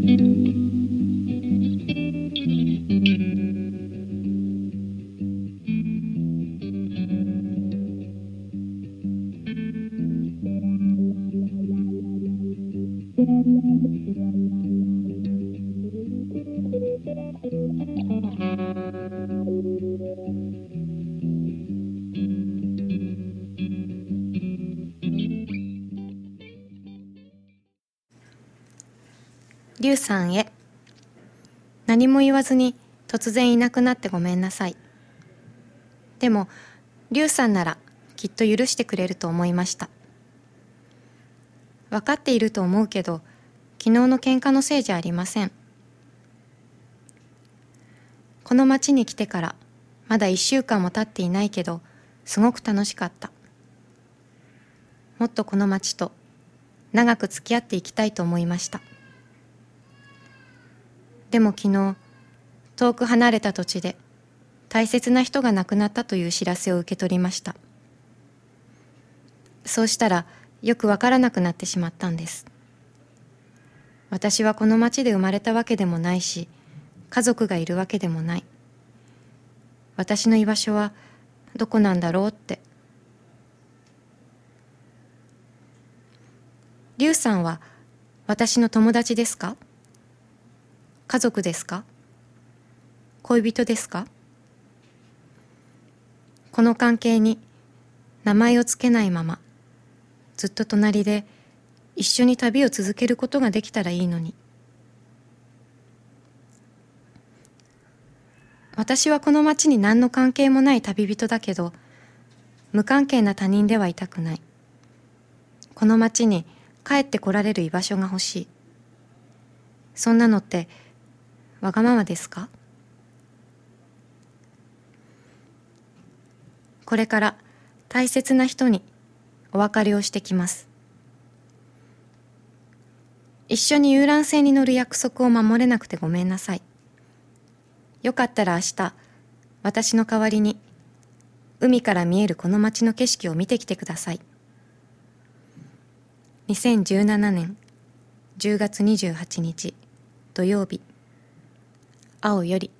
劉さんへ。何も言わずに突然いなくなってごめんなさい。でも劉さんならきっと許してくれると思いました。分かっていると思うけど、昨日の喧嘩のせいじゃありません。この町に来てからまだ1週間も経っていないけど、すごく楽しかった。もっとこの町と長く付き合っていきたいと思いました。でも昨日、遠く離れた土地で大切な人が亡くなったという知らせを受け取りました。そうしたらよくわからなくなってしまったんです。私はこの町で生まれたわけでもないし、家族がいるわけでもない。私の居場所はどこなんだろうって。劉さんは私の友達ですか？家族ですか？恋人ですか？この関係に名前をつけないまま、ずっと隣で一緒に旅を続けることができたらいいのに。私はこの町に何の関係もない旅人だけど、無関係な他人ではいたくない。この町に帰ってこられる居場所が欲しい。そんなのってわがままですか？これから大切な人にお別れをしてきます。一緒に遊覧船に乗る約束を守れなくてごめんなさい。よかったら明日、私の代わりに海から見えるこの街の景色を見てきてください。2017年10月28日土曜日、青より。